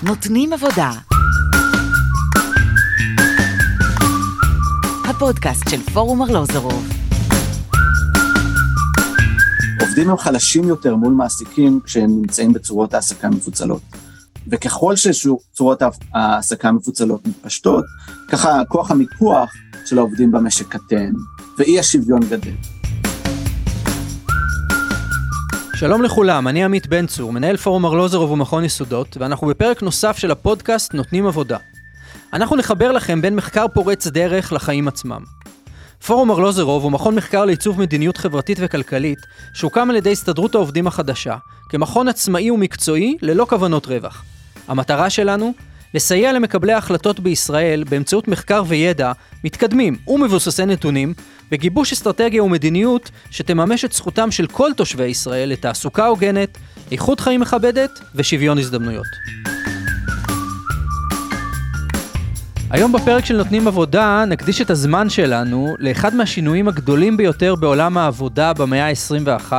נותנים עבודה. הפודקאסט של פורום ארלוזורוב. עובדים הם חלשים יותר מול מעסיקים כשהם נמצאים בצורות העסקה מפוצלות. וככל שצורות העסקה מפוצלות מתפשטות, ככה כוח המיקוח של העובדים במשק קטן, ואי השוויון גדל. שלום לכולם, אני עמית בן צור, מנהל פורום ארלוזורוב ומכון יסודות, ואנחנו בפרק נוסף של הפודקאסט נותנים עבודה. אנחנו נחבר לכם בין מחקר פורץ דרך לחיים עצמם. פורום ארלוזורוב הוא מכון מחקר לעיצוב מדיניות חברתית וכלכלית, שהוקם על ידי הסתדרות העובדים החדשה, כמכון עצמאי ומקצועי ללא כוונות רווח. המטרה שלנו? לסייע למקבלי ההחלטות בישראל באמצעות מחקר וידע מתקדמים ומבוססי נתונים, בגיבוש אסטרטגיה ומדיניות שתממש את זכותם של כל תושבי ישראל לתעסוקה הוגנת, איכות חיים מכבדת ושוויון הזדמנויות. היום בפרק של נותנים עבודה נקדיש את הזמן שלנו לאחד מהשינויים הגדולים ביותר בעולם העבודה במאה ה-21,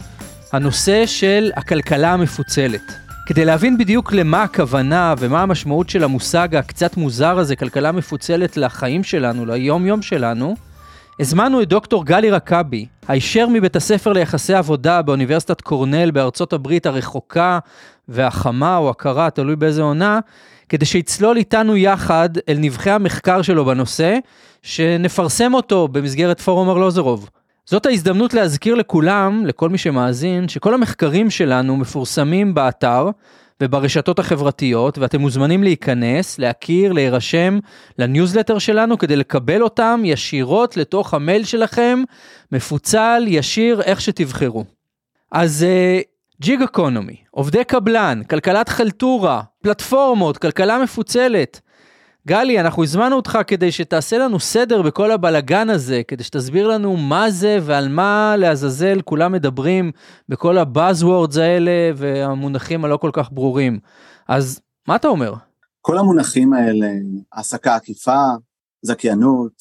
הנושא של הכלכלה המפוצלת. כדי להבין בדיוק למה הכוונה ומה המשמעות של המושג הקצת מוזר הזה, כלכלה מפוצלת לחיים שלנו, ליום-יום שלנו, הזמנו את דוקטור גלי רקבי, הישר מבית הספר ליחסי עבודה באוניברסיטת קורנל בארצות הברית הרחוקה והחמה או הקרה, תלוי באיזה עונה, כדי שיצלול איתנו יחד אל נבחי המחקר שלו בנושא, שנפרסם אותו במסגרת פורום ארלוזורוב. זאת ההזדמנות להזכיר לכולם, לכל מי שמאזין, שכל המחקרים שלנו מפורסמים באתר וברשתות החברתיות, ואתם מוזמנים להיכנס, להכיר, להירשם לניוזלטר שלנו, כדי לקבל אותם ישירות לתוך המייל שלכם, מפוצל, ישיר, איך שתבחרו. אז ג'יג אקונומי, עובדי קבלן, כלכלת חלטורה, פלטפורמות, כלכלה מפוצלת. גלי, אנחנו הזמנו אותך כדי שתעשה לנו סדר בכל הבלגן הזה, כדי שתסביר לנו מה זה ועל מה לעזאזל כולם מדברים בכל הבאזוורדס האלה והמונחים הלא כל כך ברורים. אז מה אתה אומר? כל המונחים האלה, העסקה עקיפה, זכיינות,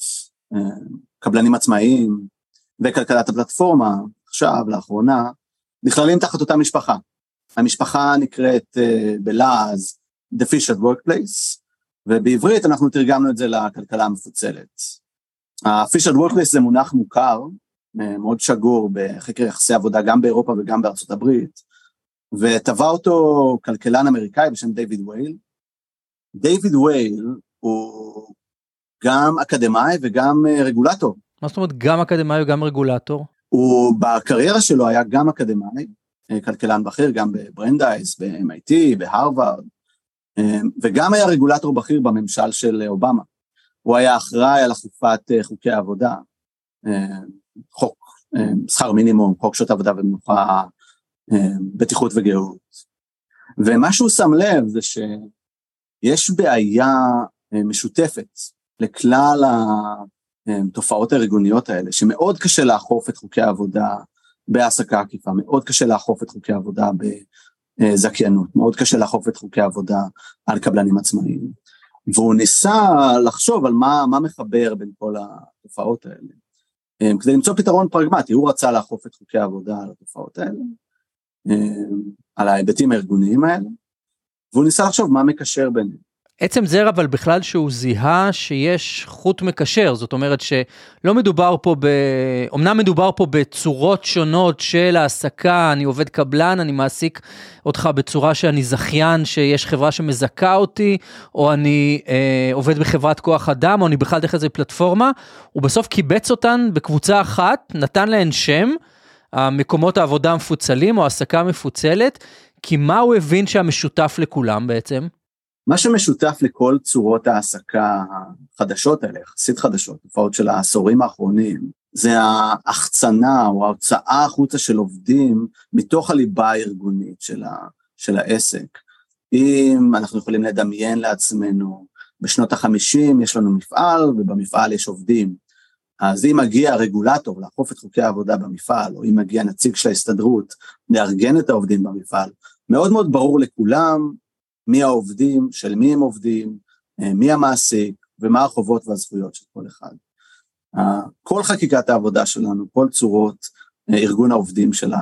קבלנים עצמאיים וכלכלת הפלטפורמה, עכשיו, לאחרונה, נכללים תחת אותה משפחה. המשפחה נקראת בלעז The Fisher Workplace, ובעברית אנחנו תרגמנו את זה לכלכלה המפוצלת. ה-Fisher Workplace זה מונח מוכר, מאוד שגור בחקר יחסי עבודה גם באירופה וגם בארצות הברית, וטבע אותו כלכלן אמריקאי בשם דיוויד וייל. דיוויד וייל הוא גם אקדמאי וגם רגולטור. מה זאת אומרת גם אקדמאי וגם רגולטור? הוא בקריירה שלו היה גם אקדמאי, כלכלן בכיר, גם בברנדייס, ב-MIT, בהרווארד, וגם היה רגולטור בכיר בממשל של אובמה. הוא היה אחראי על אכיפת חוקי העבודה, חוק שכר מינימום, חוק שעות עבודה ומנוחה, בטיחות וגהות. ומה שהוא שם לב זה שיש בעיה משותפת לכלל התופעות הארגוניות האלה, שמאוד קשה לאכוף את חוקי העבודה בהעסקה עקיפה, מאוד קשה לאכוף את חוקי העבודה זכיינות, מאוד קשה לאכוף את חוקי העבודה על קבלנים עצמאיים, והוא ניסה לחשוב על מה מחבר בין כל התופעות האלה, כדי למצוא פתרון פרגמטי. הוא רצה לאכוף את חוקי העבודה על התופעות האלה, על ההיבטים הארגוניים האלה, והוא ניסה לחשוב מה מקשר ביניהם. עצם זה אבל בכלל שהוא זיהה שיש חוט מקשר, זאת אומרת שלא מדובר פה אמנם מדובר פה בצורות שונות של העסקה, אני עובד קבלן, אני מעסיק אותך בצורה שאני זכיין, שיש חברה שמזכה אותי, או אני עובד בחברת כוח אדם, או אני בכלל דרך איזה פלטפורמה, הוא בסוף קיבץ אותן בקבוצה אחת, נתן להן שם, המקומות העבודה המפוצלים, או העסקה המפוצלת, כי מה הוא הבין שהמשותף לכולם בעצם? מה שמשותף לכל צורות העסקה החדשות האלה, יחסית חדשות, תופעות של העשורים האחרונים, זה ההחצנה או ההוצאה החוצה של עובדים מתוך הליבה הארגונית של העסק. אם אנחנו יכולים לדמיין לעצמנו, בשנות ה-50 יש לנו מפעל ובמפעל יש עובדים, אז אם מגיע רגולטור לאכוף את חוקי העבודה במפעל, או אם מגיע נציג של ההסתדרות לארגן את העובדים במפעל, מאוד מאוד ברור לכולם, מי העובדים, של מי הם עובדים, מי המעסיק, ומה החובות והזכויות של כל אחד. כל חקיקת העבודה שלנו, כל צורות ארגון העובדים שלנו,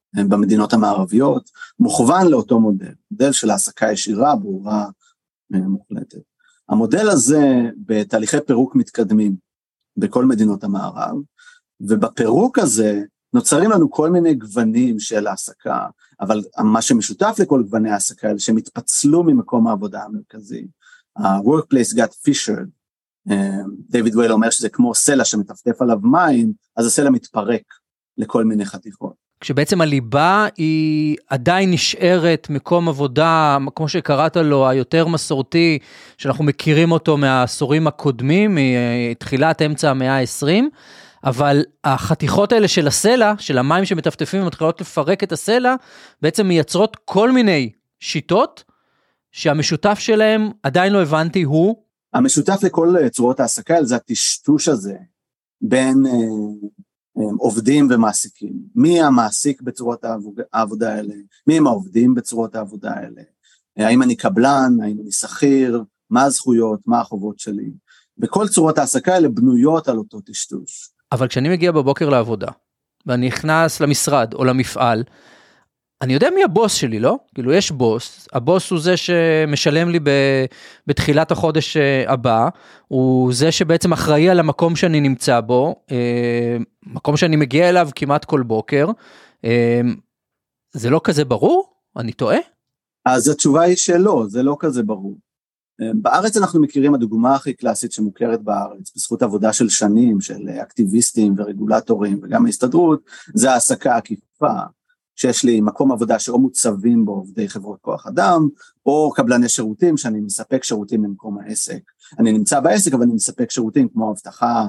במדינות המערביות, מוכוון לאותו מודל של העסקה ישירה, ברורה, מוחלטת. המודל הזה בתהליכי פירוק מתקדמים בכל מדינות המערב, ובפירוק הזה נוצרים לנו כל מיני גוונים של העסקה, אבל מה שמשותף לכל גווני העסקה האלה, שהם התפצלו ממקום העבודה המרכזי. ה-workplace got fissured, דיוויד ווייל אומר שזה כמו סלע שמטפטף עליו מים, אז הסלע מתפרק לכל מיני חתיכות. כשבעצם הליבה היא עדיין נשארת מקום עבודה, כמו שקראת לו, היותר מסורתי, שאנחנו מכירים אותו מהעשורים הקודמים, מתחילת אמצע המאה ה-20, אבל החתיכות האלה של הסלע, של המים שמטפטפים ומתחילות לפרק את הסלע, בעצם מייצרות כל מיני שיטות, שהמשותף שלהם עדיין לא הבנתי הוא. המשותף לכל צורות העסקה, זה הטשטוש הזה, בין עובדים ומעסיקים. מי המעסיק בצורות העבודה האלה? מי הם העובדים בצורות העבודה האלה? האם אני קבלן? האם אני שכיר? מה הזכויות? מה החובות שלי? בכל צורות העסקה האלה בנויות על אותו טשטוש. אבל כשאני מגיע בבוקר לעבודה, ואני נכנס למשרד או למפעל, אני יודע מי הבוס שלי, לא? כאילו יש בוס, הבוס הוא זה שמשלם לי בתחילת החודש הבא, הוא זה שבעצם אחראי על המקום שאני נמצא בו, מקום שאני מגיע אליו כמעט כל בוקר, זה לא כזה ברור? אני טועה? אז התשובה היא שלא, זה לא כזה ברור. בארץ אנחנו מכירים הדוגמה הכי קלאסית שמוכרת בארץ, בזכות עבודה של שנים, של אקטיביסטים ורגולטורים וגם ההסתדרות, זה העסקה עקיפה, שיש לי מקום עבודה שאו מוצבים בו עובדי חברות כוח אדם, או קבלני שירותים שאני מספק שירותים למקום העסק. אני נמצא בעסק, אבל אני מספק שירותים כמו הבטחה,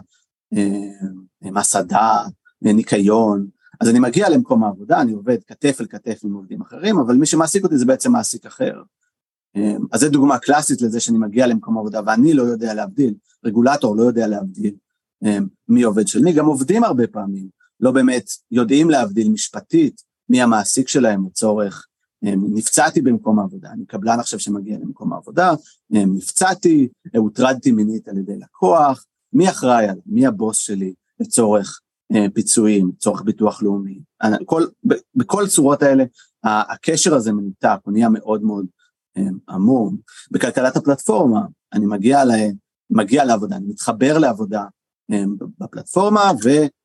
מסעדה, ניקיון, אז אני מגיע למקום העבודה, אני עובד כתף אל כתף עם עובדים אחרים, אבל מי שמעסיק אותי זה בעצם מעסיק אחר. אז זו דוגמה קלאסית לזה שאני מגיע למקום העבודה, ואני לא יודע להבדיל, רגולטור לא יודע להבדיל מי עובד של מי, גם עובדים הרבה פעמים, לא באמת יודעים להבדיל משפטית, מי המעסיק שלהם לצורך, נפצעתי במקום העבודה, אני קבלן עכשיו שמגיע למקום העבודה, נפצעתי, הוטרדתי מינית על ידי לקוח, מי אחראי עליי, מי הבוס שלי לצורך פיצויים, צורך ביטוח לאומי, בכל צורות האלה, הקשר הזה מנותק, הוא נהיה מאוד מאוד עמום. בכלכלת הפלטפורמה, אני מגיע לעבודה, אני מתחבר לעבודה בפלטפורמה,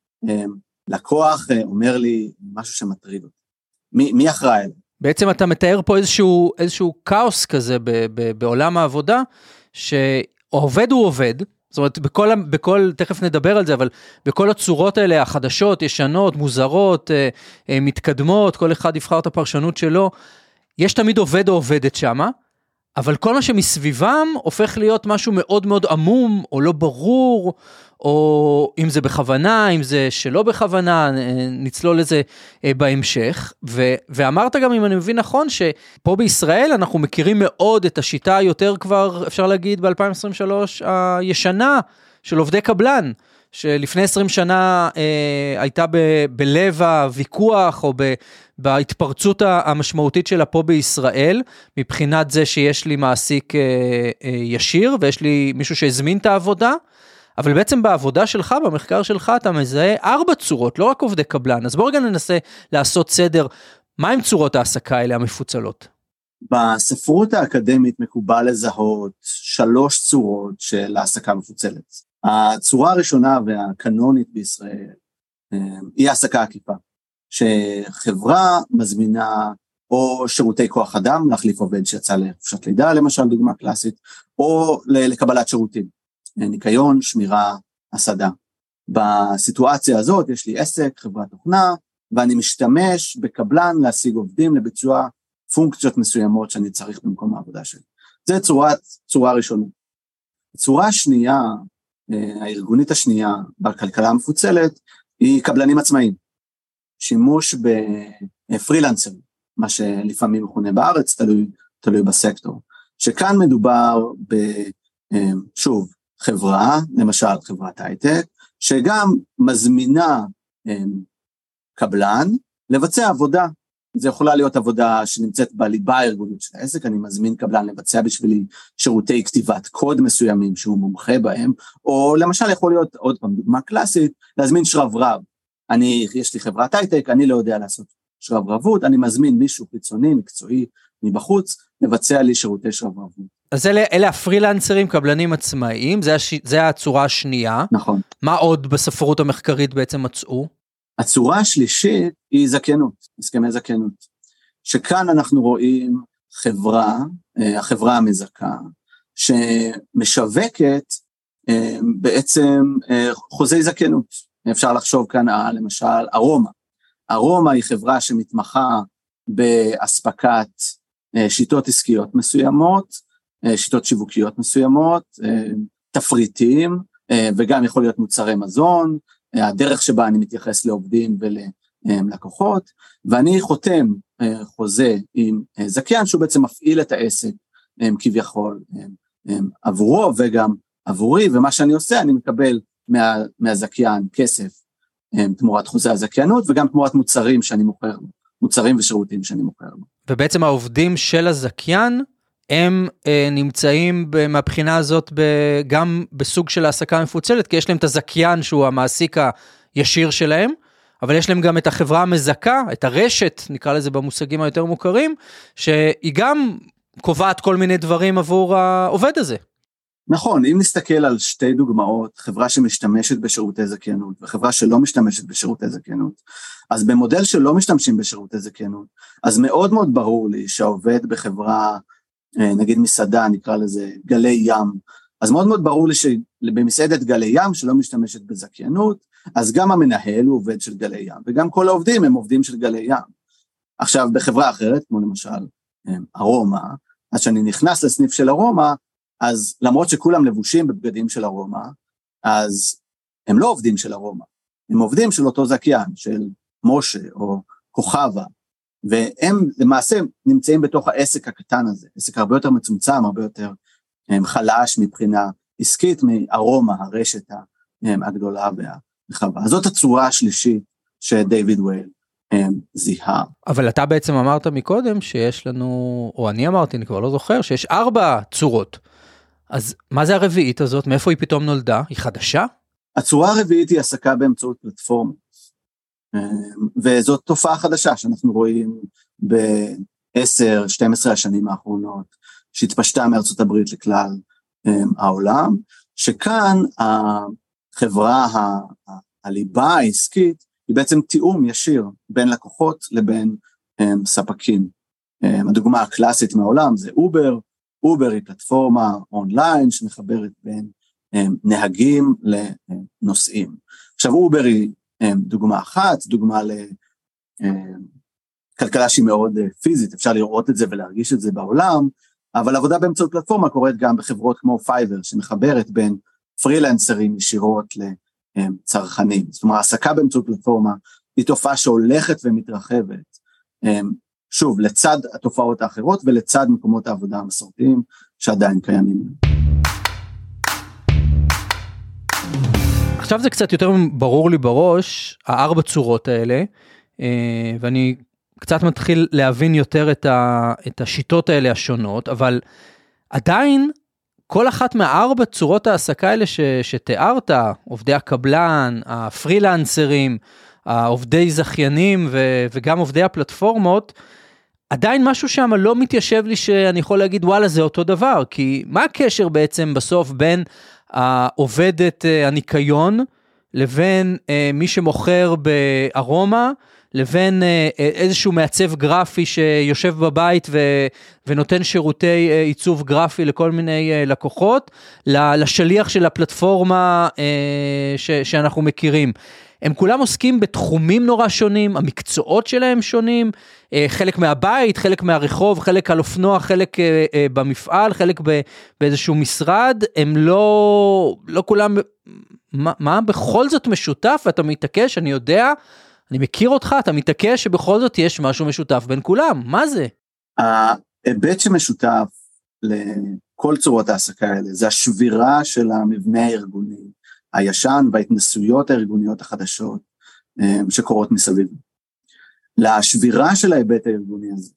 ולקוח אומר לי משהו שמטריד אותי. מי אחראי אליי? בעצם אתה מתאר פה איזשהו כאוס כזה בעולם העבודה, שעובד הוא עובד, זאת אומרת, תכף נדבר על זה, אבל בכל הצורות האלה, החדשות, ישנות, מוזרות, מתקדמות, כל אחד יבחר את הפרשנות שלו, יש תמיד עובד או עובדת שמה, אבל כל מה שמסביבם הופך להיות משהו מאוד מאוד עמום, או לא ברור, או אם זה בכוונה, אם זה שלא בכוונה, נצלול לזה בהמשך, ואמרת גם, אם אני מבין נכון, שפה בישראל אנחנו מכירים מאוד את השיטה היותר כבר, אפשר להגיד ב-2023, הישנה של עובדי קבלן, שלפני 20 שנה הייתה בלב הוויכוח, או בהתפרצות המשמעותית שלה פה בישראל, מבחינת זה שיש לי מעסיק ישיר, ויש לי מישהו שהזמין את העבודה, אבל בעצם בעבודה שלך, במחקר שלך, אתה מזהה 4 צורות, לא רק עובדי קבלן, אז בואו רגע ננסה לעשות סדר, מה עם צורות העסקה האלה המפוצלות? בספרות האקדמית מקובל לזהות 3 צורות של העסקה מפוצלת. הצורה הראשונה והקנונית בישראל היא העסקה עקיפה, שחברה מזמינה או שירותי כוח אדם, להחליף עובד שיצא לחופשת לידה, למשל דוגמה קלאסית, או לקבלת שירותים, ניקיון, שמירה, הסעדה. בסיטואציה הזאת יש לי עסק, חברת תוכנה, ואני משתמש בקבלן להשיג עובדים לביצוע פונקציות מסוימות שאני צריך במקום העבודה שלי. זה צורה ראשונה. הצורה השנייה, הארגונית השנייה בכלכלה המפוצלת, היא קבלנים עצמאיים. שימוש בפרילנסר, מה שלפעמים מכונה בארץ, תלוי בסקטור. שכאן מדובר שוב, חברה, למשל חברת הייטק, שגם מזמינה קבלן לבצע עבודה. זה יכולה להיות עבודה שנמצאת בליבה הארגונית של העסק, אני מזמין קבלן לבצע בשבילי שירותי כתיבת קוד מסוימים שהוא מומחה בהם, או למשל יכול להיות עוד פעם דוגמה קלאסית, להזמין שרברב. יש לי חברת הייטק, אני לא יודע לעשות שרברבות, אני מזמין מישהו חיצוני, מקצועי, מבחוץ, לבצע לי שירותי שרברבות. אז אלה הפרילנסרים, קבלנים עצמאיים, זה הצורה השנייה. נכון. מה עוד בספרות המחקרית בעצם מצאו? הצורה השלישית היא זכיינות, הסכמי זכיינות, שכאן אנחנו רואים החברה המזכה, שמשווקת בעצם חוזי זכיינות. אפשר לחשוב כאן למשל ארומה. ארומה היא חברה שמתמחה באספקת שיטות עסקיות מסוימות, שיטות שיווקיות מסוימות, תפריטים, וגם יכול להיות מוצרי מזון, הדרך שבה אני מתייחס לעובדים וללקוחות, ואני חותם חוזה עם זכיין שהוא בעצם מפעיל את העסק כביכול עבורו וגם עבורי, ומה שאני עושה אני מקבל מהזכיין כסף תמורת חוזה הזכיינות, וגם תמורת מוצרים שאני מוכר לו, מוצרים ושירותים שאני מוכר לו. ובעצם העובדים של הזכיין, הם נמצאים מהבחינה הזאת גם בסוג של העסקה מפוצלת, כי יש להם את הזכיין שהוא המעסיק הישיר שלהם, אבל יש להם גם את החברה המזכה, את הרשת, נקרא לזה במושגים היותר מוכרים, שהיא גם קובעת כל מיני דברים עבור העובד הזה. נכון, אם נסתכל על שתי דוגמאות, חברה שמשתמשת בשירותי זכיינות, וחברה שלא משתמשת בשירותי זכיינות, אז במודל שלא משתמשים בשירותי זכיינות, אז מאוד מאוד ברור לי שהעובד בחברה, נגיד מסעדה, נקרא לזה גלי ים, אז מאוד מאוד ברור לי שבמסעדת גלי ים שלא משתמשת בזכיינות, אז גם המנהל הוא עובד של גלי ים, וגם כל העובדים הם עובדים של גלי ים. עכשיו בחברה אחרת, כמו למשל ארומה, אז שאני נכנס לסניף של ארומה, אז למרות שכולם לבושים בבגדים של ארומה, אז הם לא עובדים של ארומה, הם עובדים של אותו זכיין, של משה או כוכבה, והם למעשה נמצאים בתוך העסק הקטן הזה, עסק הרבה יותר מצומצם, הרבה יותר חלש מבחינה עסקית מארומה, הרשת הגדולה והרחבה. אז זאת הצורה השלישית שדייוויד וייל זיהה. אבל אתה בעצם אמרת מקודם שיש לנו, או אני אמרתי, אני כבר לא זוכר, שיש 4 צורות. אז מה זה הרביעית הזאת? מאיפה היא פתאום נולדה? היא חדשה? הצורה הרביעית היא העסקה באמצעות פלטפורמות, וזאת תופעה חדשה שאנחנו רואים ב10-12 השנים האחרונות, שהתפשטה מארצות הברית לכלל העולם, שכאן החברה, הליבה העסקית, היא בעצם תיאום ישיר בין לקוחות לבין ספקים. הדוגמה הקלאסית מהעולם זה אובר, אובר היא פלטפורמה אונליין שמחברת בין נהגים לנוסעים. עכשיו אובר היא דוגמה אחת, דוגמה לכלכלה שהיא מאוד פיזית, אפשר לראות את זה ולהרגיש את זה בעולם, אבל עבודה באמצעות פלטפורמה קורית גם בחברות כמו פייבר, שמחברת בין פרילנסרים ישירות לצרכנים. זאת אומרת, העסקה באמצעות פלטפורמה היא תופעה שהולכת ומתרחבת, שוב, לצד התופעות האחרות ולצד מקומות העבודה המסורתיים שעדיין קיימים. עכשיו זה קצת יותר ברור לי בראש, 4 צורות האלה, ואני קצת מתחיל להבין יותר את השיטות האלה השונות, אבל עדיין כל אחת 4 צורות העסקה האלה שתיארת, עובדי הקבלן, הפרילנסרים, העובדי זכיינים וגם עובדי הפלטפורמות, עדיין משהו שם לא מתיישב לי שאני יכול להגיד וואלה זה אותו דבר, כי מה הקשר בעצם בסוף בין העובדת הניקיון לבין מי שמוכר בארומה, לבין איזשהו מעצב גרפי שיושב בבית ונותן שירותי עיצוב גרפי לכל מיני לקוחות, לשליח של הפלטפורמה שאנחנו מכירים. הם כולם עוסקים בתחומים נורא שונים, המקצועות שלהם שונים, חלק מהבית, חלק מהרחוב, חלק על אופנוע, חלק במפעל, חלק באיזשהו משרד, הם לא כולם, מה בכל זאת משותף, ואתה מתעקש, אני יודע, אני מכיר אותך, אתה מתעקש שבכל זאת יש משהו משותף בין כולם, מה זה? ההיבט שמשותף לכל צורות העסקה האלה, זה השבירה של המבנה הארגוני, הישן וההתנסויות הארגוניות החדשות שקורות מסביב. לשבירה של ההיבט הארגוני הזה,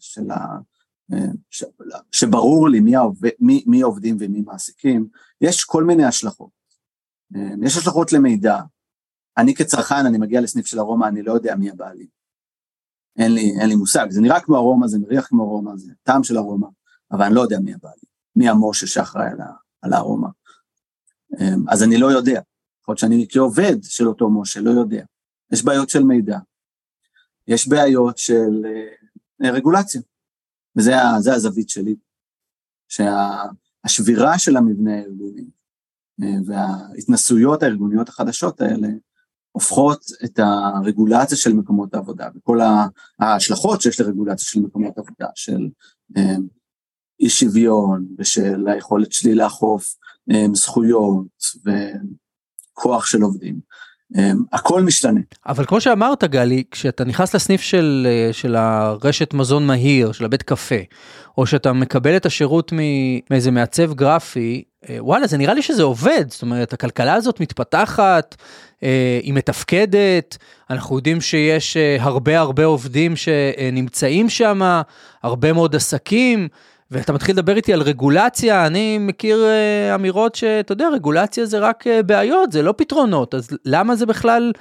שברור לי מי עובדים ומי מעסיקים, יש כל מיני השלכות. יש השלכות למידע. אני כצרכן, אני מגיע לסניף של ארומה, אני לא יודע מי הבעלים. אין לי מושג, זה נראה כמו ארומה, זה מריח כמו ארומה, זה טעם של ארומה, אבל אני לא יודע מי הבעלי, מי המשה שאחראי על הארומה. אז אני לא יודע, יכול להיות שאני כעובד של אותו משה, לא יודע. יש בעיות של מידע, יש בעיות של רגולציה, וזה הזווית שלי, שהשבירה של המבנה הארגוני, וההתנסויות הארגוניות החדשות האלה, הופכות את הרגולציה של מקומות העבודה, וכל ההשלכות שיש לרגולציה של מקומות עבודה, של אי שוויון, ושל היכולת שלי לאכוף זכויות, וכוח של עובדים, הכל משתנה. אבל כמו שאמרת גלי, כשאתה נכנס לסניף של הרשת מזון מהיר, של הבית קפה, או שאתה מקבל את השירות מאיזה מעצב גרפי, וואלה, זה נראה לי שזה עובד, זאת אומרת, הכלכלה הזאת מתפתחת, היא מתפקדת, אנחנו יודעים שיש הרבה עובדים שנמצאים שם, הרבה מאוד עסקים, ואתה מתחיל לדבר איתי על רגולציה, אני מכיר אמירות שאתה יודע, רגולציה זה רק בעיות, זה לא פתרונות, אז למה זה בכלל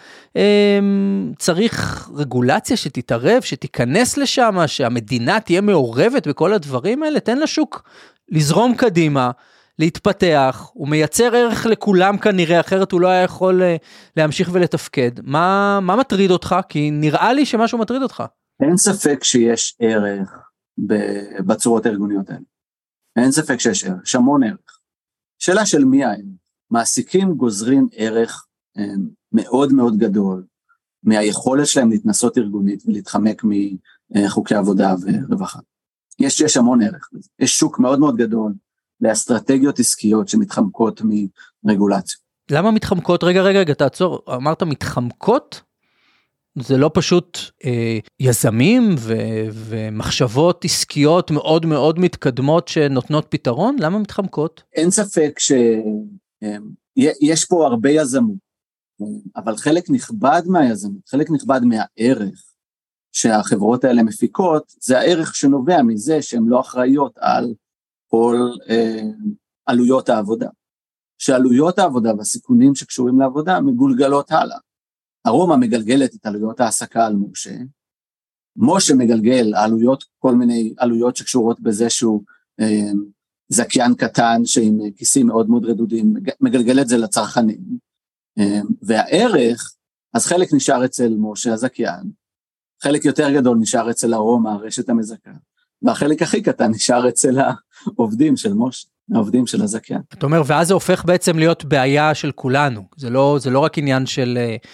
צריך רגולציה שתתערב, שתיכנס לשם, שהמדינה תהיה מעורבת בכל הדברים האלה, תן לשוק לזרום קדימה, להתפתח, הוא מייצר ערך לכולם כנראה, אחרת הוא לא היה יכול להמשיך ולתפקד. מה מטריד אותך? כי נראה לי שמשהו מטריד אותך. אין ספק שיש ערך בצורות הארגוניות האלה. אין ספק שיש ערך, יש המון ערך. שאלה של מי הערך? מעסיקים גוזרים ערך מאוד מאוד גדול, מהיכולת שלהם להתנסות ארגונית ולהתחמק מחוקי עבודה ורווחה. יש המון ערך בזה. יש שוק מאוד מאוד גדול לאסטרטגיות עסקיות שמתחמקות מרגולציה. למה מתחמקות? רגע, תעצור. אמרת מתחמקות? זה לא פשוט יזמים ומחשבות עסקיות מאוד מאוד מתקדמות שנותנות פתרון? למה מתחמקות? אין ספק שיש פה הרבה יזמות, אבל חלק נכבד מהיזמות, חלק נכבד מהערך שהחברות האלה מפיקות, זה הערך שנובע מזה שהן לא אחראיות על כל עלויות העבודה. שעלויות העבודה והסיכונים שקשורים לעבודה מגולגלות הלאה. ארומה מגלגלת את עלויות העסקה על משה, משה מגלגל כל מיני עלויות שקשורות בזה שהוא זכיין קטן שעם כיסים מאוד מאוד רדודים, מגלגל את זה לצרכנים, והערך, אז חלק נשאר אצל משה הזכיין, חלק יותר גדול נשאר אצל ארומה, הרשת המזכה, והחלק הכי קטן נשאר אצל העובדים של משה, העובדים של הזכיין. אתה אומר, ואז זה הופך בעצם להיות בעיה של כולנו, זה לא רק עניין של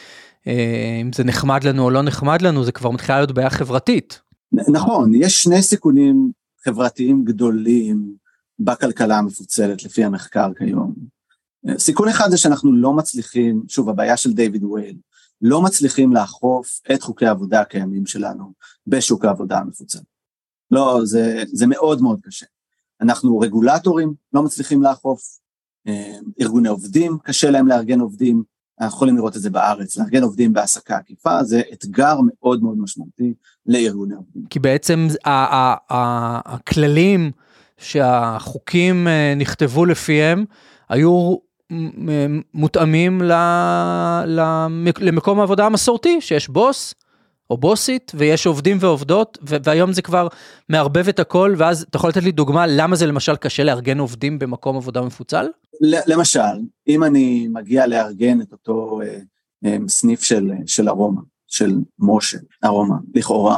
אם זה נחמד לנו או לא נחמד לנו, זה כבר מתחילה להיות בעיה חברתית. נכון, יש שני סיכונים חברתיים גדולים בכלכלה המפוצלת לפי המחקר כיום. סיכון אחד זה שאנחנו לא מצליחים, שוב הבעיה של דיוויד ווייל, לא מצליחים לאכוף את חוקי העבודה הקיימים שלנו בשוק העבודה המפוצל. לא, זה מאוד מאוד קשה. אנחנו רגולטורים, לא מצליחים לאכוף, ארגוני עובדים, קשה להם לארגן עובדים, אנחנו יכולים לראות את זה בארץ, לארגן עובדים בהעסקה עקיפה, זה אתגר מאוד מאוד משמעותי לארגוני עובדים. כי בעצם הכללים שהחוקים נכתבו לפיהם, היו מותאמים למקום העבודה המסורתי, שיש בוס או בוסית, ויש עובדים ועובדות, והיום זה כבר מערבב את הכל, ואז אתה יכול לתת לי דוגמה, למה זה למשל קשה לארגן עובדים במקום עבודה מפוצל? למשל, אם אני מגיע לארגן את אותו סניף של ארומה, של משה, ארומה, לכאורה,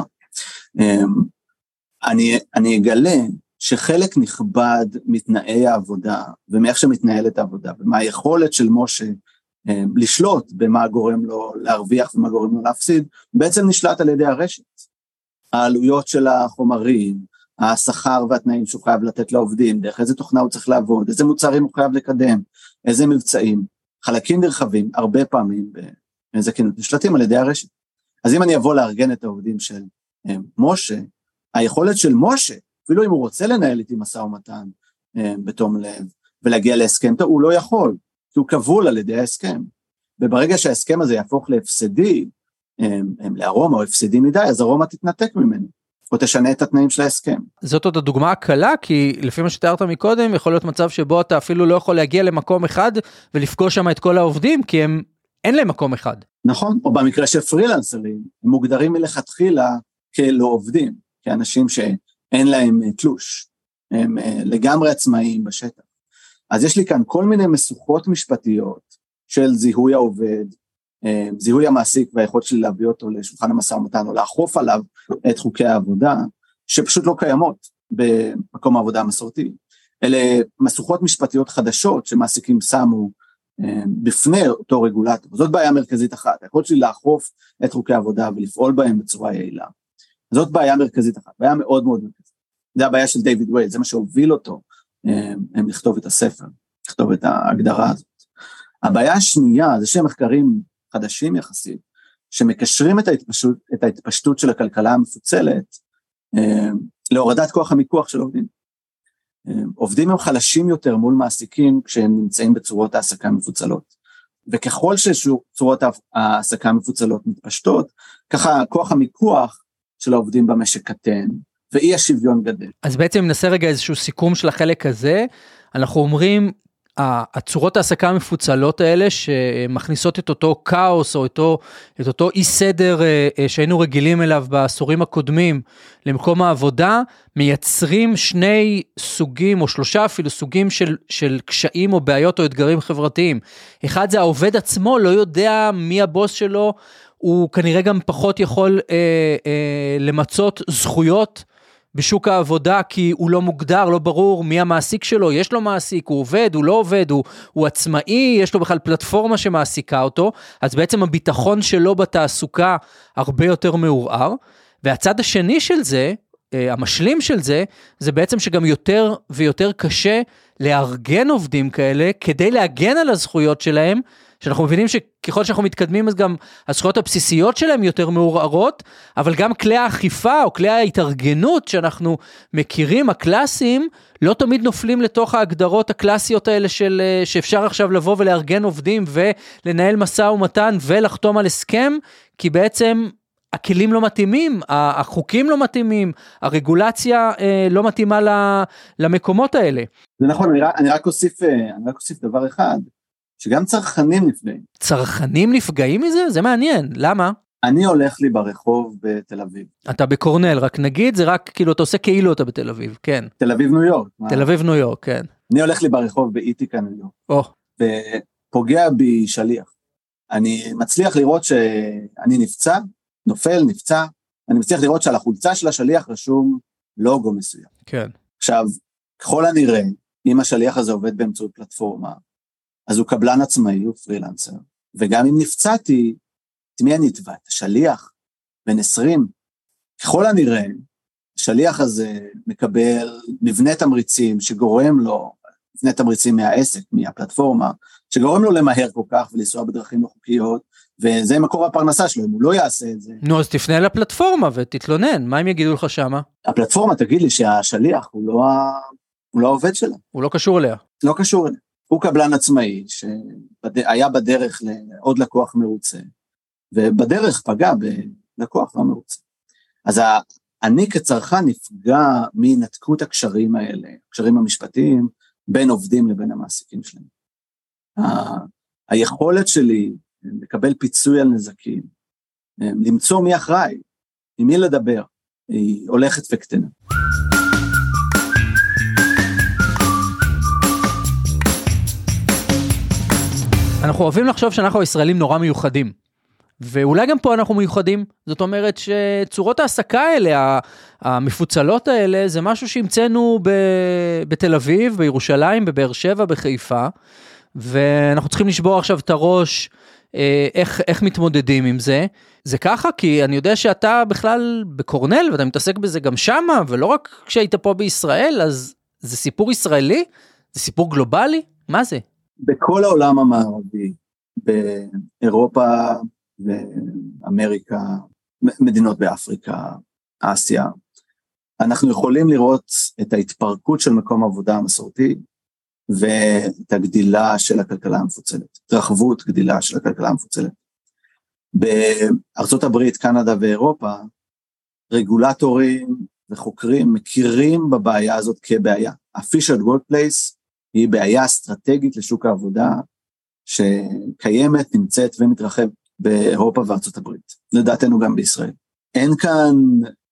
אני אגלה שחלק נכבד מתנאי העבודה, ומאיך שמתנהלת העבודה, ומהיכולת של משה לשלוט במה גורם לו להרוויח ומה גורם לו להפסיד, בעצם נשלט על ידי הרשת. העלויות של החומרים, השכר והתנאים שהוא חייב לתת לעובדים, דרך איזה תוכנה הוא צריך לעבוד, איזה מוצרים הוא חייב לקדם, איזה מבצעים, חלקים נרחבים, הרבה פעמים באיזה כנות נשלטים על ידי הרשת. אז אם אני אבוא לארגן את העובדים של משה, היכולת של משה, אפילו אם הוא רוצה לנהל איתי משא ומתן בתום לב, ולהגיע להסכם, הוא לא יכול, כי הוא כבול על ידי ההסכם. וברגע שההסכם הזה יהפוך להפסדי, לארומה או הפסדי מדי, אז ארומה תתנתק ממנו, או תשנה את התנאים של ההסכם. זאת עוד הדוגמה הקלה, כי לפי מה שתיארת מקודם, יכול להיות מצב שבו אתה אפילו לא יכול להגיע למקום אחד, ולפגוש שם את כל העובדים, כי אין להם מקום אחד. נכון, או במקרה של פרילנסרים, הם מוגדרים מלכתחילה כלא עובדים, כאנשים שאין להם תלוש, הם לגמרי עצמאיים בשטח. אז יש לי כאן כל מיני משוכות משפטיות של זיהוי העובד, זיהוי המעסיק והיכולת שלי להביא אותו לשולחן המשא ומתן, או לאכוף עליו את חוקי העבודה, שפשוט לא קיימות במקום העבודה המסורתי. אלה משוכות משפטיות חדשות שמעסיקים שמו בפני אותו רגולטור. זאת בעיה מרכזית אחת, היכולת שלי לאכוף את חוקי העבודה ולפעול בהם בצורה יעילה. זאת בעיה מרכזית אחת, בעיה מאוד מאוד מרכזית. זה הבעיה של דיוויד ווייד, זה מה שהוביל אותו, הם לכתוב את הספר, לכתוב את ההגדרה הזאת. הבעיה השנייה, זה שהם מחקרים חדשים יחסית, שמקשרים את ההתפשטות של הכלכלה המפוצלת, להורדת כוח המיקוח של עובדים. עובדים הם חלשים יותר מול מעסיקים, כשהם נמצאים בצורות העסקה מפוצלות. וככל שצורות העסקה מפוצלות מתפשטות, ככה כוח המיקוח של העובדים במשק קטן, ואי השוויון גדל. אז בעצם ננסה רגע איזשהו סיכום של החלק הזה, אנחנו אומרים, הצורות העסקה המפוצלות האלה, שמכניסות את אותו כאוס, או את אותו אי סדר שהיינו רגילים אליו בעשורים הקודמים, למקום העבודה, מייצרים שני סוגים, או שלושה אפילו סוגים של קשיים, או בעיות, או אתגרים חברתיים. אחד זה העובד עצמו, לא יודע מי הבוס שלו, הוא כנראה גם פחות יכול למצות זכויות, בשוק העבודה, כי הוא לא מוגדר, לא ברור מי המעסיק שלו, יש לו מעסיק, הוא עובד, הוא לא עובד, הוא עצמאי, יש לו בכלל פלטפורמה שמעסיקה אותו, אז בעצם הביטחון שלו בתעסוקה הרבה יותר מעורער, והצד השני של זה, המשלים של זה, זה בעצם שגם יותר ויותר קשה לארגן עובדים כאלה, כדי להגן על הזכויות שלהם, שאנחנו מבינים שככל שאנחנו מתקדמים, אז גם הזכויות הבסיסיות שלהם יותר מעורערות, אבל גם כלי האכיפה או כלי ההתארגנות שאנחנו מכירים, הקלאסיים, לא תמיד נופלים לתוך ההגדרות הקלאסיות האלה שאפשר עכשיו לבוא ולארגן עובדים ולנהל משא ומתן ולחתום על הסכם, כי בעצם הכלים לא מתאימים, החוקים לא מתאימים, הרגולציה לא מתאימה למקומות האלה. זה נכון, אני רק אוסיף דבר אחד, שגם צרכנים נפגעים. צרכנים נפגעים מזה? זה מעניין, למה? אני הולך לי ברחוב בתל אביב. אתה בקורנל, רק נגיד, זה רק כאילו, אתה עושה כאילו אתה בתל אביב, כן. תל אביב ניו יורק. תל אביב ניו יורק, כן. אני הולך לי ברחוב באיתיקה ניו יורק. ופוגע בי שליח. אני מצליח לראות שאני נפצע, נפצע, אני מצליח לראות שעל החולצה של השליח רשום לוגו מסוים. כן. עכשיו, ככל הנראה, אם השליח הזה עובד באמצעות פלטפורמה, אז הוא קבלן עצמאי, הוא פרילנסר, וגם אם נפצעתי, את מי אני אתבע? את השליח, בן 20, ככל הנראה, השליח הזה מקבל מבנה תמריצים שגורם לו, מבנה תמריצים מהעסק, מהפלטפורמה, שגורם לו למהר כל כך ולנסוע בדרכים לא חוקיות, וזה מקור הפרנסה שלו, אם הוא לא יעשה את זה. נו, אז תפנה לפלטפורמה ותתלונן, מה הם יגידו לך שמה? הפלטפורמה תגיד לי שהשליח הוא לא העובד שלה. הוא לא קשור אליה. לא קשור אליה. הוא קבלן עצמאי שהיה בדרך לעוד לקוח מרוצה, ובדרך פגע בלקוח לא מרוצה. אז אני כצרכן נפגע מנתקות הקשרים האלה, הקשרים המשפטיים, בין עובדים לבין המעסיקים שלהם. היכולת שלי לקבל פיצוי על נזקים, למצוא מי אחראי, עם מי לדבר, היא הולכת וקטנה. אנחנו אוהבים לחשוב שאנחנו הישראלים נורא מיוחדים, ואולי גם פה אנחנו מיוחדים, זאת אומרת שצורות העסקה האלה, המפוצלות האלה, זה משהו שהמצאנו בתל אביב, בירושלים, בבאר שבע, בחיפה, ואנחנו צריכים לשבור עכשיו את הראש, איך מתמודדים עם זה. זה ככה, כי אני יודע שאתה בכלל בקורנל, ואתה מתעסק בזה גם שמה, ולא רק כשהיית פה בישראל, אז זה סיפור ישראלי? זה סיפור גלובלי? מה זה? בכל העולם המערבי, באירופה ואמריקה, מדינות באפריקה, אסיה, אנחנו יכולים לראות את ההתפרקות של מקום העבודה המסורתי, ואת הגדילה של הכלכלה המפוצלת, התרחבות גדילה של הכלכלה המפוצלת. בארצות הברית, קנדה ואירופה, רגולטורים וחוקרים מכירים בבעיה הזאת כבעיה. ה-Featured Workplace היא בעיה אסטרטגית לשוק העבודה, שקיימת, נמצאת ומתרחב באירופה וארצות הברית, לדעתנו גם בישראל. אין כאן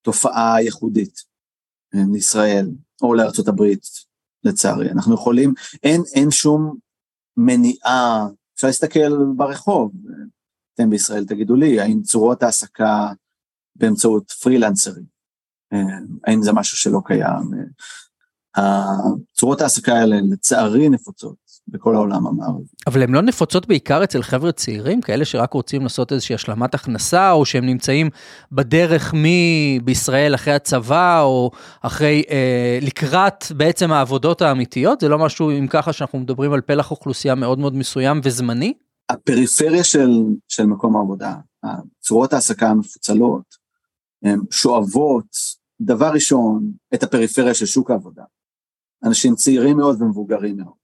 תופעה ייחודית לישראל, או לארצות הברית, לצערי. אנחנו יכולים, אין שום מניעה, אפשר להסתכל ברחוב, אתם בישראל תגידו לי, האם צורות העסקה באמצעות פרילנסרים, האם זה משהו שלא קיים, הצורות העסקה האלה לצערי נפוצות בכל העולם המערבי. אבל הן לא נפוצות בעיקר אצל חבר'ה צעירים, כאלה שרק רוצים לעשות איזושהי השלמת הכנסה, או שהם נמצאים בדרך בישראל אחרי הצבא, או אחרי, לקראת בעצם העבודות האמיתיות, זה לא משהו אם ככה שאנחנו מדברים על פלח אוכלוסייה מאוד מאוד מסוים וזמני? הפריפריה של מקום העבודה, צורות העסקה המפוצלות, הן שואבות דבר ראשון את הפריפריה של שוק העבודה. אנשים צעירים מאוד ומבוגרים מאוד.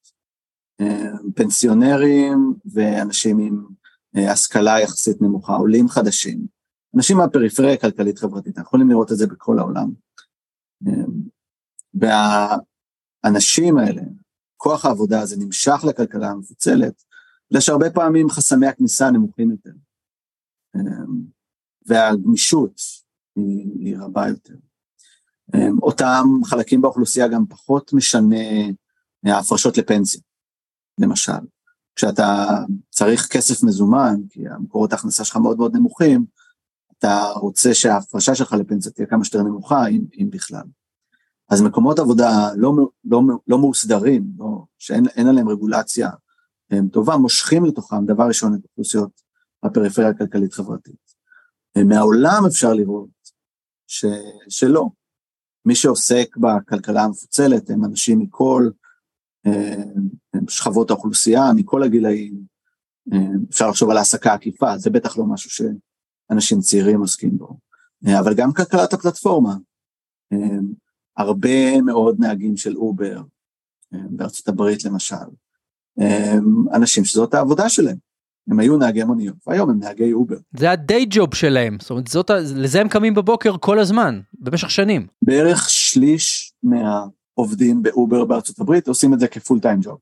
פנסיונרים ואנשים עם השכלה יחסית נמוכה, עולים חדשים. אנשים מהפריפריה הכלכלית חברתית, אנחנו יכולים לראות את זה בכל העולם. והאנשים האלה, כוח העבודה הזה נמשך לכלכלה המפוצלת, יש הרבה פעמים חסמי הכניסה נמוכים יותר. והגמישות היא רבה יותר. אותם חלקים באוכלוסייה גם פחות משנה ההפרשות לפנסיה, למשל. כשאתה צריך כסף מזומן, כי המקורות ההכנסה שלך מאוד מאוד נמוכים, אתה רוצה שההפרשה שלך לפנסיה תהיה כמה שיותר נמוכה, אם בכלל. אז מקומות עבודה לא מאוסדרים, שאין עליהם רגולציה טובה, מושכים לתוכם דבר ראשון את אוכלוסיות הפריפריה הכלכלית חברתית. מהעולם אפשר לראות שלא. מי שעוסק בכלכלה המפוצלת הם אנשים מכל שכבות האוכלוסייה, מכל הגילאים, אפשר לחשוב על העסקה עקיפה, זה בטח לא משהו שאנשים צעירים עוסקים בו, אבל גם כלכלת הפלטפורמה, הרבה מאוד נהגים של אובר, בארצות הברית למשל, אנשים שזאת העבודה שלהם, הם היו נהגי מוניות, והיום הם נהגי אובר. זה הדיי ג'וב שלהם, זאת אומרת, לזה הם קמים בבוקר כל הזמן, במשך שנים. בערך שליש מהעובדים באובר בארצות הברית, עושים את זה כפול טיים ג'וב,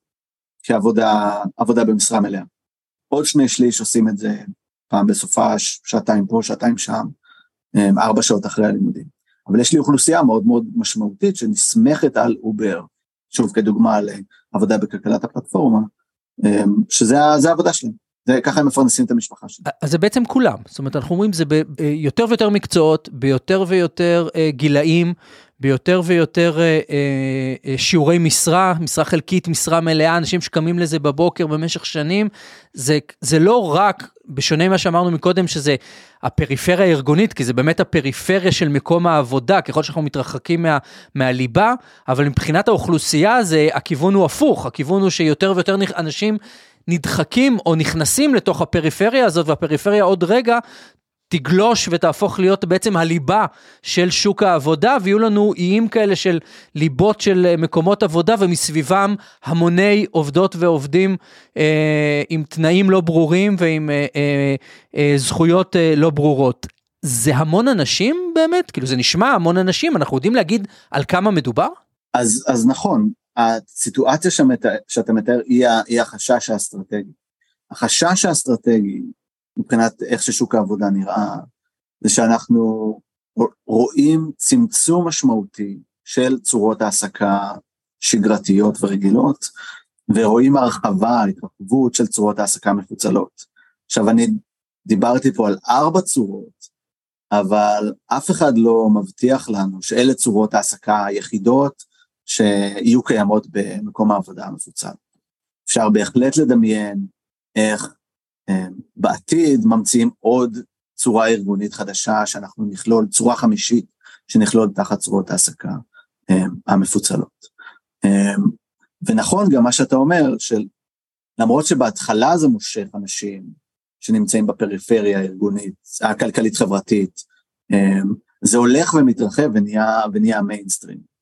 כעבודה במשרה מלאה. עוד 2/3 עושים את זה פעם בסופש, שעתיים פה, שעתיים שם, 4 שעות אחרי הלימודים. אבל יש לי אוכלוסייה מאוד מאוד משמעותית, שנסמכת על אובר, שוב כדוגמה לעבודה בכלכלת הפלטפורמה, שזה העבודה שלהם. ככה הם מפרנסים את המשפחה שלהם. אז זה בעצם כולם, זאת אומרת, אנחנו אומרים, זה ביותר ויותר מקצועות, ביותר ויותר גילאים, ביותר ויותר שיעורי משרה חלקית, משרה מלאה, אנשים שקמים לזה בבוקר במשך שנים, זה לא רק, בשונה מה שאמרנו מקודם, שזה הפריפריה הארגונית, כי זה באמת הפריפריה של מקום העבודה, ככל שאנחנו מתרחקים מהליבה, אבל מבחינת האוכלוסייה, הכיוון הוא הפוך, הכיוון הוא שיותר ויותר אנשים נדחקים או נכנסים לתוך הפריפריה הזאת, והפריפריה עוד רגע תגלוש ותהפוך להיות בעצם הליבה של שוק העבודה, ויהיו לנו איים כאלה של ליבות של מקומות עבודה, ומסביבם המוני עובדות ועובדים עם תנאים לא ברורים, ועם זכויות לא ברורות. זה המון אנשים באמת? כאילו זה נשמע המון אנשים, אנחנו יודעים להגיד על כמה מדובר? אז נכון, הסיטואציה שאתה מתאר היא החשש האסטרטגי. החשש האסטרטגי, מבחינת איך ששוק העבודה נראה, זה שאנחנו רואים צמצום משמעותי של צורות העסקה שגרתיות ורגילות, ורואים הרחבה, התרחבות של צורות העסקה מפוצלות. עכשיו אני דיברתי פה על 4 צורות, אבל אף אחד לא מבטיח לנו שאלה צורות העסקה היחידות, שיהיו קיימות במקום העבודה המפוצל. אפשר בהחלט לדמיין איך בעתיד ממציאים עוד צורה ארגונית חדשה, שאנחנו נכלול, צורה חמישית, שנכלול תחת צורות העסקה המפוצלות. ונכון גם מה שאתה אומר, למרות שבהתחלה זה מושך אנשים שנמצאים בפריפריה הארגונית, הכלכלית חברתית, זה הולך ומתרחב ונהיה מיינסטרים.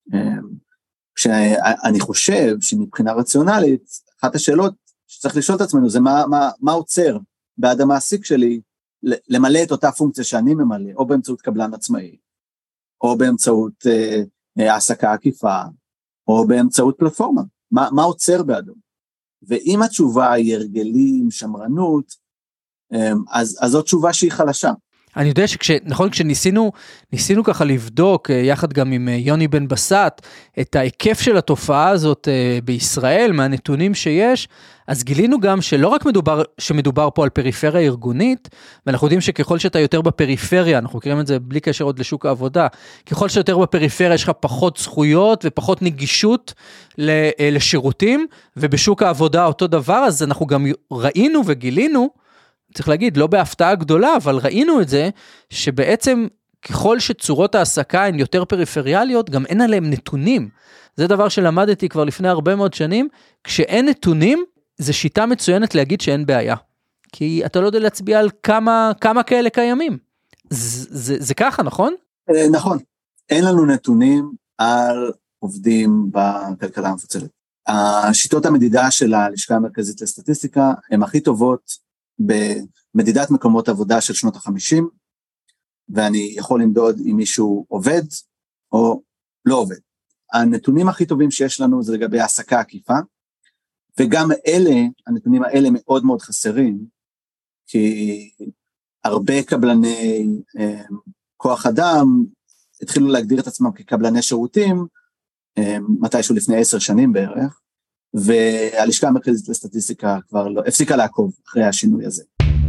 שאני חושב שמבחינה רציונלית, אחת השאלות שצריך לשאול את עצמנו, זה מה עוצר בעד המעסיק שלי, למלא את אותה פונקציה שאני ממלא, או באמצעות קבלן עצמאי, או באמצעות העסקה עקיפה, או באמצעות פלטפורמה, מה עוצר בעדו? ואם התשובה היא הרגלים, שמרנות, אז זאת תשובה שהיא חלשה. אני יודע נכון, כשניסינו ככה לבדוק, יחד גם עם יוני בן בסט, את ההיקף של התופעה הזאת בישראל, מהנתונים שיש, אז גילינו גם שלא רק שמדובר פה על פריפריה ארגונית, ואנחנו יודעים שככל שאתה יותר בפריפריה, אנחנו מכירים את זה בלי קשר עוד לשוק העבודה, ככל שיותר בפריפריה יש לך פחות זכויות ופחות נגישות לשירותים, ובשוק העבודה אותו דבר, אז אנחנו גם ראינו וגילינו, צריך להגיד, לא בהפתעה גדולה, אבל ראינו את זה, שבעצם ככל שצורות העסקה הן יותר פריפריאליות, גם אין עליהם נתונים. זה דבר שלמדתי כבר לפני הרבה מאוד שנים, כשאין נתונים, זה שיטה מצוינת להגיד שאין בעיה. כי אתה לא יודע להצביע על כמה כאלה קיימים. זה ככה, נכון? נכון. אין לנו נתונים על עובדים בכלכלה המפוצלת. השיטות המדידה של הלשכה המרכזית לסטטיסטיקה, הן הכי טובות במדידת מקומות עבודה של שנות ה-50, ואני יכול למדוד אם מישהו עובד או לא עובד. הנתונים הכי טובים שיש לנו זה לגבי העסקה עקיפה, וגם הנתונים האלה מאוד מאוד חסרים, כי הרבה קבלני כוח אדם התחילו להגדיר את עצמם כקבלני שירותים, מתישהו לפני 10 שנים בערך, והלשכה המרכזית לסטטיסטיקה כבר לא, הפסיקה לעקוב אחרי השינוי הזה.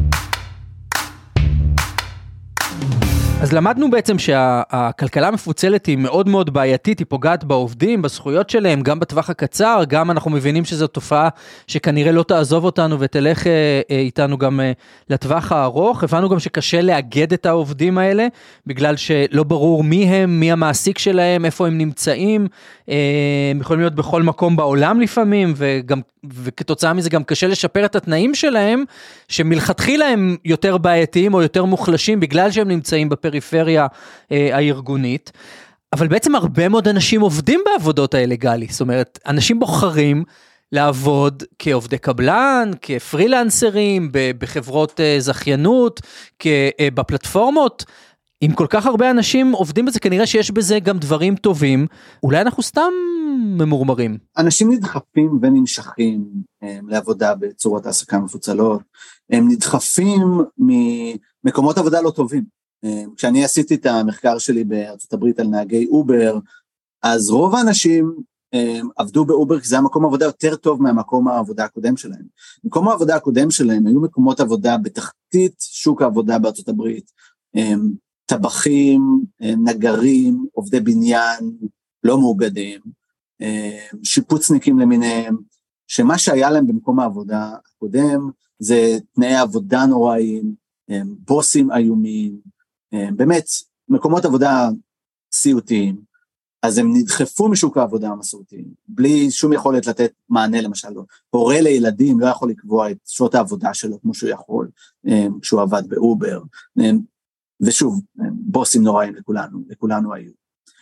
אז למדנו בעצם שהכלכלה המפוצלת היא מאוד מאוד בעייתית, היא פוגעת בעובדים, בזכויות שלהם, גם בטווח הקצר, גם אנחנו מבינים שזו תופעה שכנראה לא תעזוב אותנו ותלך איתנו גם לטווח הארוך. הבנו גם שקשה לאגד את העובדים האלה, בגלל שלא ברור מי הם, מי המעסיק שלהם, איפה הם נמצאים, הם יכולים להיות בכל מקום בעולם לפעמים, וכתוצאה מזה גם קשה לשפר את התנאים שלהם, שמלכתחילה הם יותר בעייתיים או יותר מוחלשים, בגלל שהם נמצאים בפריפריה הארגונית, אבל בעצם הרבה מאוד אנשים עובדים בעבודות האלה, גלי, זאת אומרת, אנשים בוחרים לעבוד כעובדי קבלן, כפרילנסרים, בחברות זכיינות, בפלטפורמות, אם כל כך הרבה אנשים עובדים בזה, כנראה שיש בזה גם דברים טובים, אולי אנחנו סתם ממורמרים. אנשים נדחפים ונמשכים לעבודה בצורות העסקה מפוצלות, הם נדחפים ממקומות עבודה לא טובים. כשאני עשיתי את המחקר שלי בארצות הברית על נהגי אובר, אז רוב האנשים עבדו באובר, כי זה המקום העבודה יותר טוב מהמקום העבודה הקודם שלהם. מקום העבודה הקודם שלהם היו מקומות עבודה בתחתית שוק העבודה בארצות הברית, טבחים, נגרים, עובדי בניין, לא מאוגדים, שיפוצניקים למיניהם, שמה שהיה להם במקום העבודה הקודם, זה תנאי עבודה נוראים, בוסים איומים, באמת, מקומות עבודה סיוטיים, אז הם נדחפו משוק העבודה המסורתיים, בלי שום יכולת לתת מענה למשל, הורה לילדים לא יכול לקבוע את שעות העבודה שלו, כמו שהוא יכול, כשהוא עבד באובר, ושוב, בוסים נוראים לכולנו היו.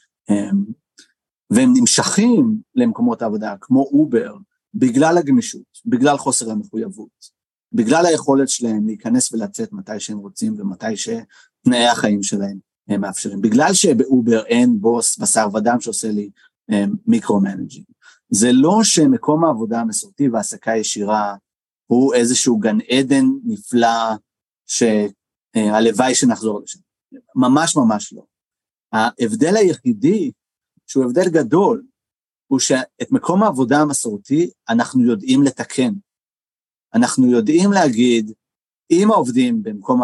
והם נמשכים למקומות העבודה, כמו אובר, בגלל הגמישות, בגלל חוסר המחויבות, בגלל היכולת שלהם להיכנס ולצאת מתי שהם רוצים, ומתי שתנאי החיים שלהם הם מאפשרים. בגלל שבאובר אין בוס בשר ודם שעושה לי מיקרו-מנג'ינג. זה לא שמקום העבודה המסורתי והעסקה ישירה, הוא איזשהו גן עדן נפלא, שהלוואי שנחזור לשם. ממש ממש לא. ההבדל היחידי, שהוא הבדל גדול, הוא שאת מקום העבודה המסורתי, אנחנו יודעים לתקן. אנחנו יודעים להגיד, אם העובדים במקום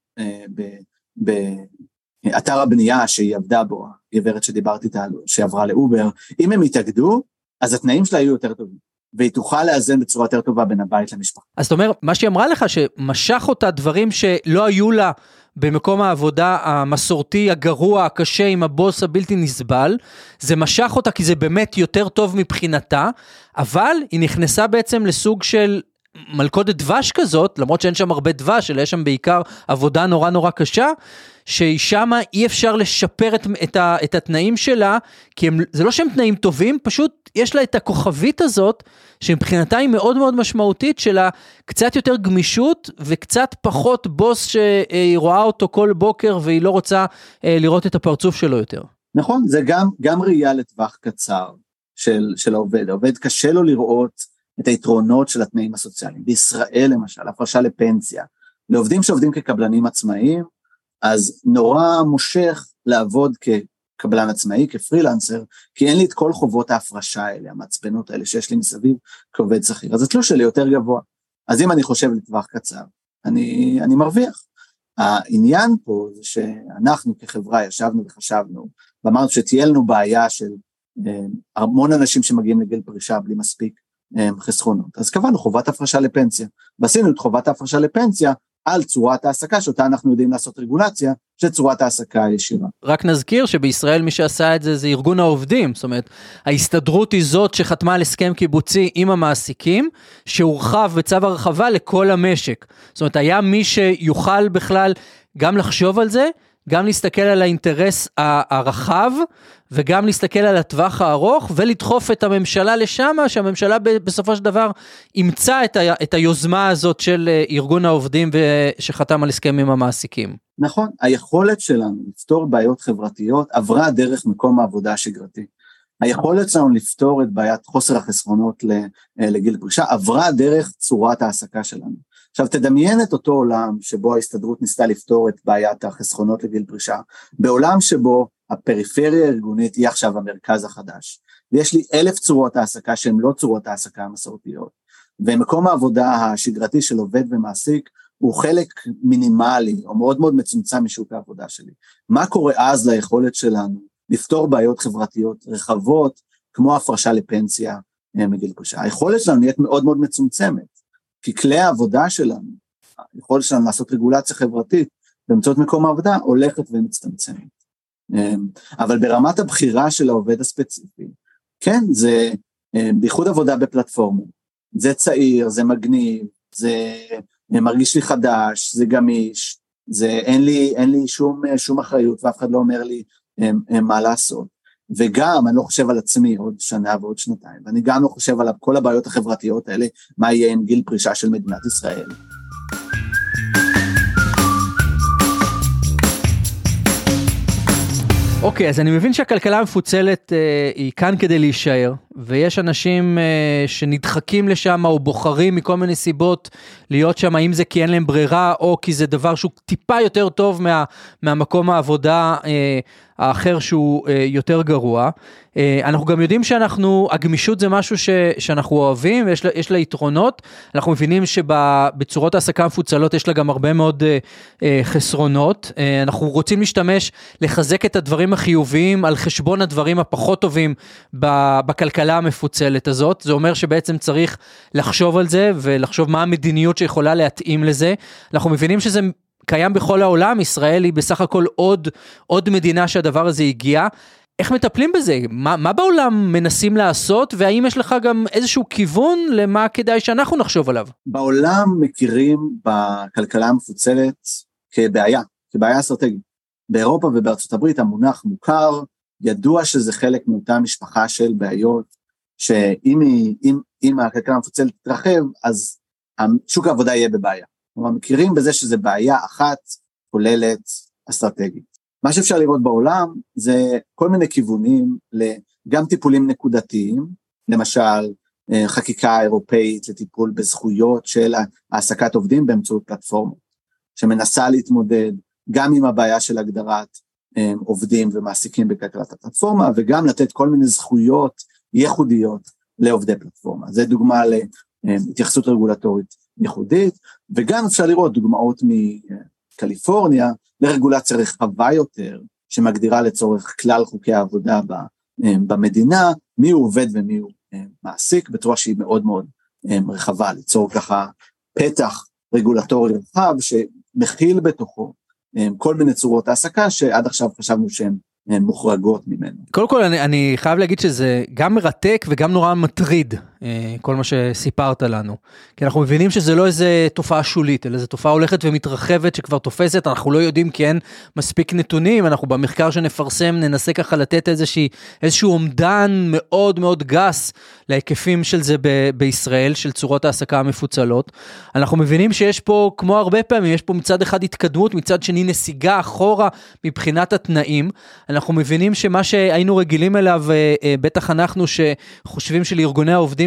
באתר הבנייה שהיא עבדה בו, גברת שדיברתי איתה, שעברה לאובר, אם הם יתאגדו, אז התנאים שלה יהיו יותר טובים, והיא תוכל לאזן בצורה יותר טובה בין הבית למשפחה. אז זאת אומרת, מה שהיא אמרה לך, שמשך אותה דברים שלא היו לה במקום העבודה המסורתי, הגרוע, הקשה, עם הבוס הבלתי נסבל, זה משך אותה כי זה באמת יותר טוב מבחינתה, אבל היא נכנסה בעצם לסוג של מלכודת דבש כזאת, למרות שאין שם הרבה דבש, אלא יש שם בעיקר עבודה נורא נורא קשה, ששם אי אפשר לשפר את התנאים שלה, כי זה לא שהם תנאים טובים, פשוט יש לה את הכוכבית הזאת, שמבחינתה היא מאוד מאוד משמעותית, שלה קצת יותר גמישות, וקצת פחות בוס שהיא רואה אותו כל בוקר, והיא לא רוצה לראות את הפרצוף שלו יותר. נכון, זה גם ראייה לטווח קצר של העובד. העובד קשה לו לראות את היתרונות של התנאים הסוציאליים. בישראל למשל, הפרשה לפנסיה, לעובדים שעובדים כקבלנים עצמאיים, אז נורא מושך לעבוד כקבלן עצמאי, כפרילנסר, כי אין לי את כל חובות ההפרשה האלה, המעצבנות האלה שיש לי מסביב כעובד שכיר, אז התלוש שלי יותר גבוה. אז אם אני חושב לטווח קצר, אני מרוויח. העניין פה זה שאנחנו כחברה ישבנו וחשבנו, ואמרנו שתהיה לנו בעיה של המון אנשים שמגיעים לגיל פרישה בלי מספיק חסכונות. אז קבענו חובת הפרשה לפנסיה, ועשינו את חובת ההפרשה לפנסיה על צורת העסקה, שאותה אנחנו יודעים לעשות רגולציה, שצורת העסקה הישירה. רק נזכיר שבישראל מי שעשה את זה זה ארגון העובדים, זאת אומרת, ההסתדרות היא זאת שחתמה על הסכם קיבוצי עם המעסיקים, שהורחב בצו הרחבה לכל המשק. זאת אומרת, היה מי שיוכל בכלל גם לחשוב על זה, גם להסתכל על האינטרס הרחב, וגם להסתכל על הטווח הארוך, ולדחוף את הממשלה לשם, שהממשלה בסופו של דבר ימצא את היוזמה הזאת של ארגון העובדים, שחתם על הסכם עם המעסיקים. נכון, היכולת שלנו לפתור בעיות חברתיות, עברה דרך מקום העבודה השגרתי. היכולת שלנו לפתור את בעיית חוסר החסכונות לגיל פרישה, עברה דרך צורת העסקה שלנו. עכשיו תדמיין את אותו עולם שבו ההסתדרות ניסתה לפתור את בעיית החסכונות לגיל פרישה, בעולם שבו הפריפריה הארגונית היא עכשיו המרכז החדש, ויש לי 1,000 צורות העסקה שהן לא צורות העסקה המסורתיות, ומקום העבודה השגרתי של עובד ומעסיק הוא חלק מינימלי או מאוד מאוד מצומצם משוק העבודה שלי. מה קורה אז ליכולת שלנו לפתור בעיות חברתיות רחבות כמו הפרשה לפנסיה מגיל פרישה? היכולת שלנו נהיית מאוד מאוד מצומצמת, כי כלי העבודה שלנו, היכולת שלנו לעשות רגולציה חברתית באמצעות מקום העבודה הולכת ומצטמצמת. אבל ברמת הבחירה של העובד הספציפי, כן, זה בייחוד עבודה בפלטפורמה, זה צעיר, זה מגניב, זה מרגיש לי חדש, זה גמיש, זה אין לי שום אחריות, ואף אחד לא אומר לי מה לעשות, וגם אני לא חושב על עצמי עוד שנה ועוד שנתיים, ואני גם לא חושב על כל הבעיות החברתיות האלה, מה יהיה עם גיל פרישה של מדינת ישראל. אוקיי, אז אני מבין שהכלכלה המפוצלת היא כאן כדי להישאר, ויש אנשים שנדחקים לשם או בוחרים מכל מיני סיבות להיות שם, האם זה כי אין להם ברירה, או כי זה דבר שהוא טיפה יותר טוב מהמקום העבודה האחר שהוא יותר גרוע. אנחנו גם יודעים הגמישות זה משהו שאנחנו אוהבים, ויש לה יתרונות. אנחנו מבינים שבצורות העסקה המפוצלות יש לה גם הרבה מאוד חסרונות. אנחנו רוצים לחזק את הדברים החיוביים על חשבון הדברים הפחות טובים בכלכלה המפוצלת הזאת. זה אומר שבעצם צריך לחשוב על זה, ולחשוב מה המדיניות שיכולה להתאים לזה. אנחנו מבינים שזה קיים בכל העולם, ישראל היא בסך הכל עוד מדינה שהדבר הזה הגיע. איך מטפלים בזה? מה בעולם מנסים לעשות, והאם יש לך גם איזשהו כיוון למה כדאי שאנחנו נחשוב עליו? בעולם מכירים בכלכלה המפוצלת כבעיה אסטרטגית. באירופה ובארצות הברית המונח מוכר, ידוע שזה חלק מאותה משפחה של בעיות, שאם הכלכלה המפוצלת תתרחב, אז שוק העבודה יהיה בבעיה. כלומר, מכירים בזה שזה בעיה אחת כוללת אסטרטגית. מה שאפשר לראות בעולם זה כל מיני כיוונים גם טיפולים נקודתיים, למשל חקיקה אירופאית לטיפול בזכויות של העסקת עובדים באמצעות פלטפורמה, שמנסה להתמודד גם עם הבעיה של הגדרת עובדים ומעסיקים בכלכלת הפלטפורמה, וגם לתת כל מיני זכויות ייחודיות לעובדי פלטפורמה. זה דוגמה להתייחסות רגולטורית ייחודית, וגם אפשר לראות דוגמאות מקליפורניה, לרגולציה רחבה יותר, שמגדירה לצורך כלל חוקי העבודה במדינה, מי הוא עובד ומי הוא מעסיק, בצורה שהיא מאוד מאוד רחבה, ליצור ככה פתח רגולטורי רחב, שמכיל בתוכו כל מיני צורות העסקה, שעד עכשיו חשבנו שהן מוחרגות ממנו. קודם כל אני חייב להגיד שזה גם מרתק וגם נורא מטריד, כל מה שסיפרת לנו. כי אנחנו מבינים שזה לא איזה תופעה שולית, אלא זו תופעה הולכת ומתרחבת שכבר תופסת, אנחנו לא יודעים כי אין מספיק נתונים, אנחנו במחקר שנפרסם ננסה ככה לתת איזשהו אומדן מאוד מאוד גס להיקפים של זה בישראל, של צורות העסקה המפוצלות. אנחנו מבינים שיש פה, כמו הרבה פעמים, יש פה מצד אחד התקדמות, מצד שני נסיגה אחורה מבחינת התנאים. אנחנו מבינים שמה שהיינו רגילים אליו, בטח אנחנו שחושבים שלארגוני העובדים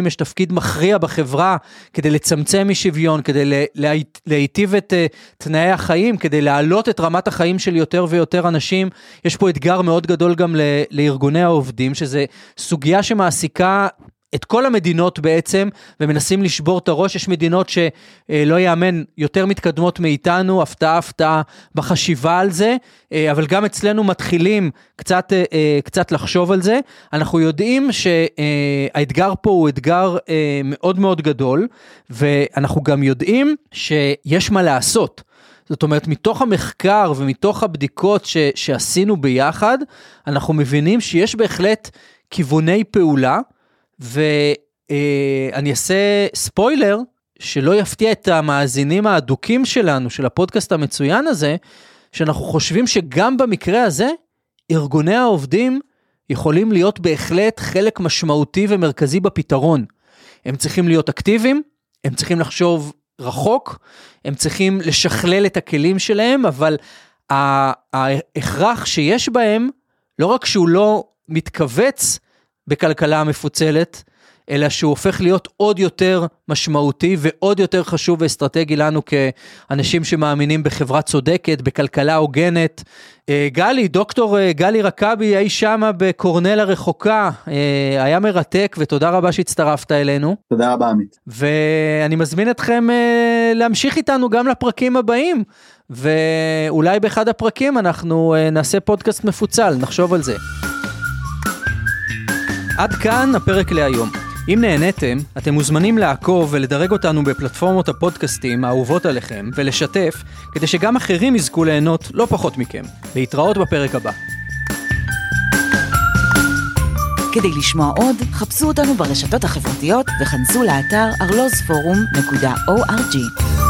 לעובדים יש תפקיד מכריע בחברה, כדי לצמצם משוויון, כדי להיטיב את תנאי החיים, כדי להעלות את רמת החיים של יותר ויותר אנשים. יש פה אתגר מאוד גדול גם לארגוני העובדים, שזה סוגיה שמעסיקה את כל המדינות בעצם, ומנסים לשבור את הראש. יש מדינות שלא יאמן יותר מתקדמות מאיתנו, הפתעה בחשיבה על זה, אבל גם אצלנו מתחילים קצת לחשוב על זה. אנחנו יודעים שהאתגר פה הוא אתגר מאוד מאוד גדול, ואנחנו גם יודעים שיש מה לעשות. זאת אומרת, מתוך המחקר ומתוך הבדיקות שעשינו ביחד, אנחנו מבינים שיש בהחלט כיווני פעולה, ואני אעשה ספוילר, שלא יפתיע את המאזינים האדוקים שלנו, של הפודקאסט המצוין הזה, שאנחנו חושבים שגם במקרה הזה, ארגוני העובדים יכולים להיות בהחלט חלק משמעותי ומרכזי בפתרון. הם צריכים להיות אקטיביים, הם צריכים לחשוב רחוק, הם צריכים לשכלל את הכלים שלהם, אבל ההכרח שיש בהם, לא רק שהוא לא מתכווץ בכלכלה המפוצלת, אלא שהוא הופך להיות עוד יותר משמעותי, ועוד יותר חשוב ואסטרטגי לנו כאנשים שמאמינים בחברה צודקת, בכלכלה הוגנת. גלי, דוקטור גלי רקבי, אי שמה בקורנל הרחוקה, היה מרתק, ותודה רבה שהצטרפת אלינו. תודה רבה, עמית. ואני מזמין אתכם להמשיך איתנו גם לפרקים הבאים, ואולי באחד הפרקים אנחנו נעשה פודקאסט מפוצל, נחשוב על זה. עד כאן הפרק להיום. אם נהניתם, אתם מוזמנים לעקוב ולדרג אותנו בפלטפורמות הפודקאסטים האהובות עליכם, ולשתף, כדי שגם אחרים יזכו ליהנות לא פחות מכם. להתראות בפרק הבא. כדי לשמוע עוד, חפשו אותנו ברשתות החברתיות וכנסו לאתר arlozforum.org.